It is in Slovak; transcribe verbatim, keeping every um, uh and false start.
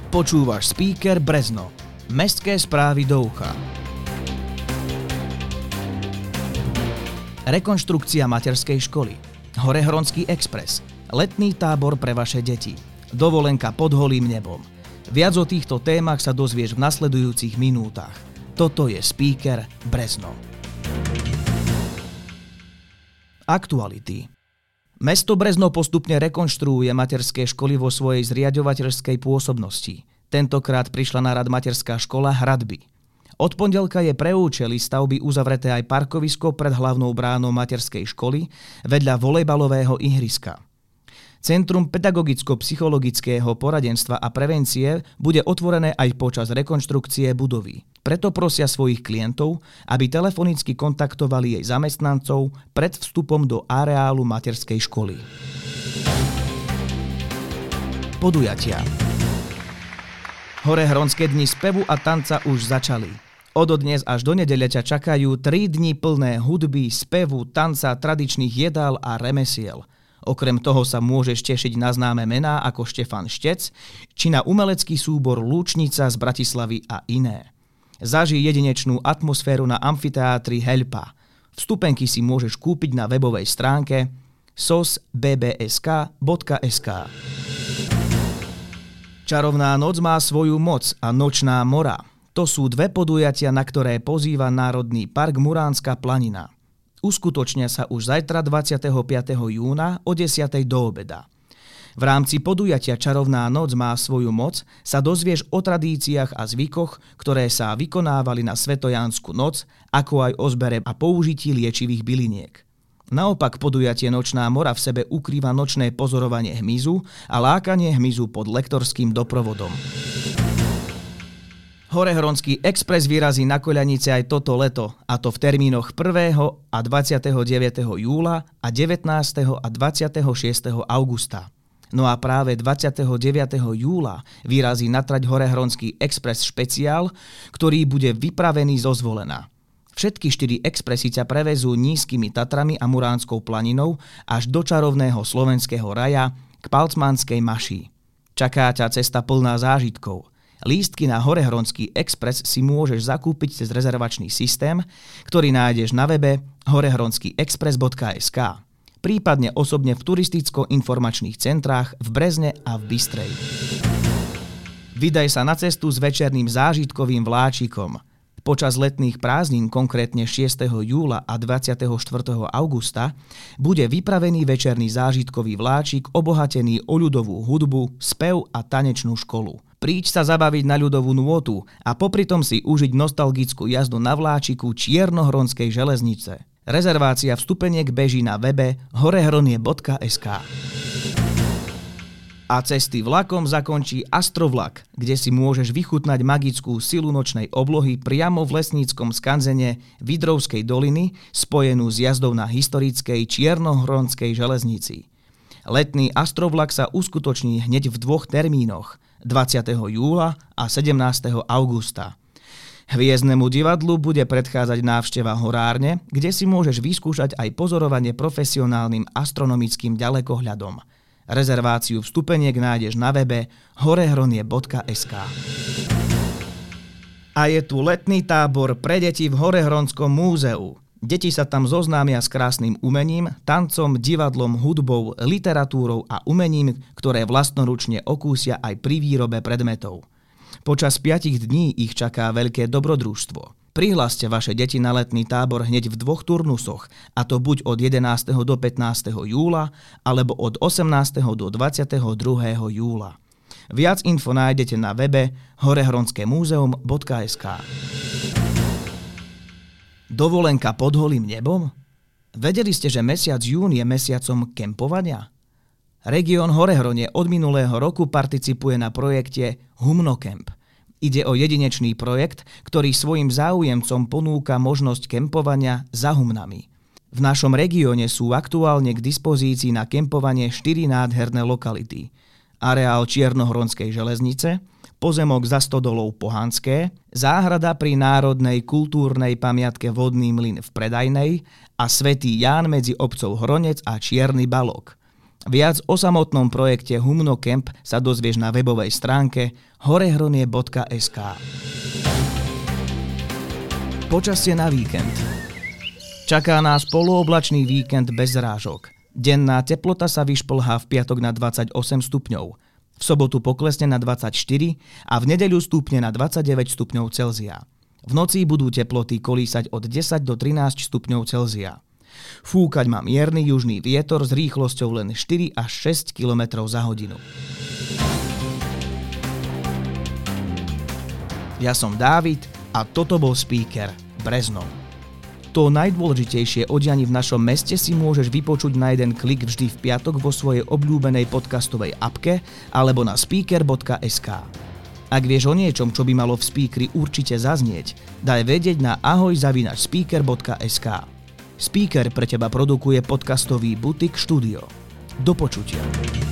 Počúvaš Speaker Brezno. Mestské správy do ucha. Rekonštrukcia materskej školy. Horehronský expres. Letný tábor pre vaše deti. Dovolenka pod holým nebom. Viac o týchto témach sa dozvieš v nasledujúcich minútach. Toto je Speaker Brezno. Aktuality. Mesto Brezno postupne rekonštruuje materské školy vo svojej zriaďovateľskej pôsobnosti. Tentokrát prišla na rad materská škola Hradby. Od pondelka je pre účely stavby uzavreté aj parkovisko pred hlavnou bránou materskej školy vedľa volejbalového ihriska. Centrum pedagogicko-psychologického poradenstva a prevencie bude otvorené aj počas rekonštrukcie budovy. Preto prosia svojich klientov, aby telefonicky kontaktovali jej zamestnancov pred vstupom do areálu materskej školy. Podujatia. Horehronské dni spevu a tanca už začali. Od dnes až do nedele ťa čakajú tri dni plné hudby, spevu, tanca, tradičných jedál a remesiel. Okrem toho sa môžeš tešiť na známe mená ako Štefan Štec, či na umelecký súbor Lúčnica z Bratislavy a iné. Zažij jedinečnú atmosféru na amfiteátri Helpa. Vstupenky si môžeš kúpiť na webovej stránke es o s b b s k bodka es ká. Čarovná noc má svoju moc a Nočná mora. To sú dve podujatia, na ktoré pozýva Národný park Muránska planina. Uskutočnia sa už zajtra dvadsiateho piateho júna o desiatej do obeda. V rámci podujatia Čarovná noc má svoju moc sa dozvieš o tradíciách a zvykoch, ktoré sa vykonávali na Svetojánsku noc, ako aj o zbere a použití liečivých byliniek. Naopak podujatie Nočná mora v sebe ukrýva nočné pozorovanie hmyzu a lákanie hmyzu pod lektorským doprovodom. Horehronský expres vyrazí na Koľanice aj toto leto, a to v termínoch prvého a dvadsiateho deviateho júla a devätnásteho a dvadsiateho šiesteho augusta. No a práve dvadsiateho deviateho júla vyrazí na trať Horehronský expres špeciál, ktorý bude vypravený zo Zvolena. Všetky štyri expresy ťa prevezú nízkymi Tatrami a Muránskou planinou až do čarovného slovenského raja k Palcmanskej maši. Čaká ťa cesta plná zážitkov. Lístky na Horehronský expres si môžeš zakúpiť cez rezervačný systém, ktorý nájdeš na webe horehronsky expres bodka es ká, prípadne osobne v turisticko-informačných centrách v Brezne a v Bystrej. Vydaj sa na cestu s večerným zážitkovým vláčikom. Počas letných prázdnin, konkrétne šiesteho júla a dvadsiateho štvrtého augusta, bude vypravený večerný zážitkový vláčik obohatený o ľudovú hudbu, spev a tanečnú školu. Príď sa zabaviť na ľudovú nôtu a popritom si užiť nostalgickú jazdu na vláčiku Čiernohronskej železnice. Rezervácia vstupeniek beží na webe horehronie bodka es ká. A cesty vlakom zakončí Astrovlak, kde si môžeš vychutnať magickú silu nočnej oblohy priamo v lesníckom skanzene Vidrovskej doliny, spojenú s jazdou na historickej Čiernohronskej železnici. Letný Astrovlak sa uskutoční hneď v dvoch termínoch, dvadsiateho júla a sedemnásteho augusta. Hviezdnemu divadlu bude predchádzať návšteva horárne, kde si môžeš vyskúšať aj pozorovanie profesionálnym astronomickým ďalekohľadom. Rezerváciu vstupeniek nájdeš na webe horehronie bodka es ká. A je tu letný tábor pre deti v Horehronskom múzeu. Deti sa tam zoznámia s krásnym umením, tancom, divadlom, hudbou, literatúrou a umením, ktoré vlastnoručne okúsia aj pri výrobe predmetov. Počas piatich dní ich čaká veľké dobrodružstvo. Prihláste vaše deti na letný tábor hneď v dvoch turnusoch, a to buď od jedenásteho do pätnásteho júla, alebo od osemnásteho do dvadsiateho druhého júla. Viac info nájdete na webe horehronské múzeum bodka es ká. Dovolenka pod holým nebom? Vedeli ste, že mesiac jún je mesiacom kempovania? Región Horehronie od minulého roku participuje na projekte Humnokemp. Ide o jedinečný projekt, ktorý svojim záujemcom ponúka možnosť kempovania za humnami. V našom regióne sú aktuálne k dispozícii na kempovanie štyri nádherné lokality. Areál Čiernohronskej železnice, pozemok za stodolou Pohanské, záhrada pri Národnej kultúrnej pamiatke Vodný mlyn v Predajnej a Svätý Ján medzi obcov Hronec a Čierny Balog. Viac o samotnom projekte Humno Camp sa dozvieš na webovej stránke horehronie bodka es ká. Počasie na víkend. Čaká nás polooblačný víkend bez zrážok. Denná teplota sa vyšplhá v piatok na dvadsaťosem stupňov. V sobotu poklesne na dvadsaťštyri a v nedeľu stúpne na dvadsaťdeväť stupňov Celzia. V noci budú teploty kolísať od desať do trinásť stupňov Celzia. Fúkať má mierny južný vietor s rýchlosťou len štyri až šesť kilometrov za hodinu. Ja som Dávid a toto bol speaker Breznov. To najdôležitejšie o dianí v našom meste si môžeš vypočuť na jeden klik vždy v piatok vo svojej obľúbenej podcastovej apke alebo na speaker bodka es ká. Ak vieš o niečom, čo by malo v speakeri určite zaznieť, daj vedieť na ahoj zavináč speaker bodka es ká. Speaker pre teba produkuje podcastový Butik Štúdio. Do počutia.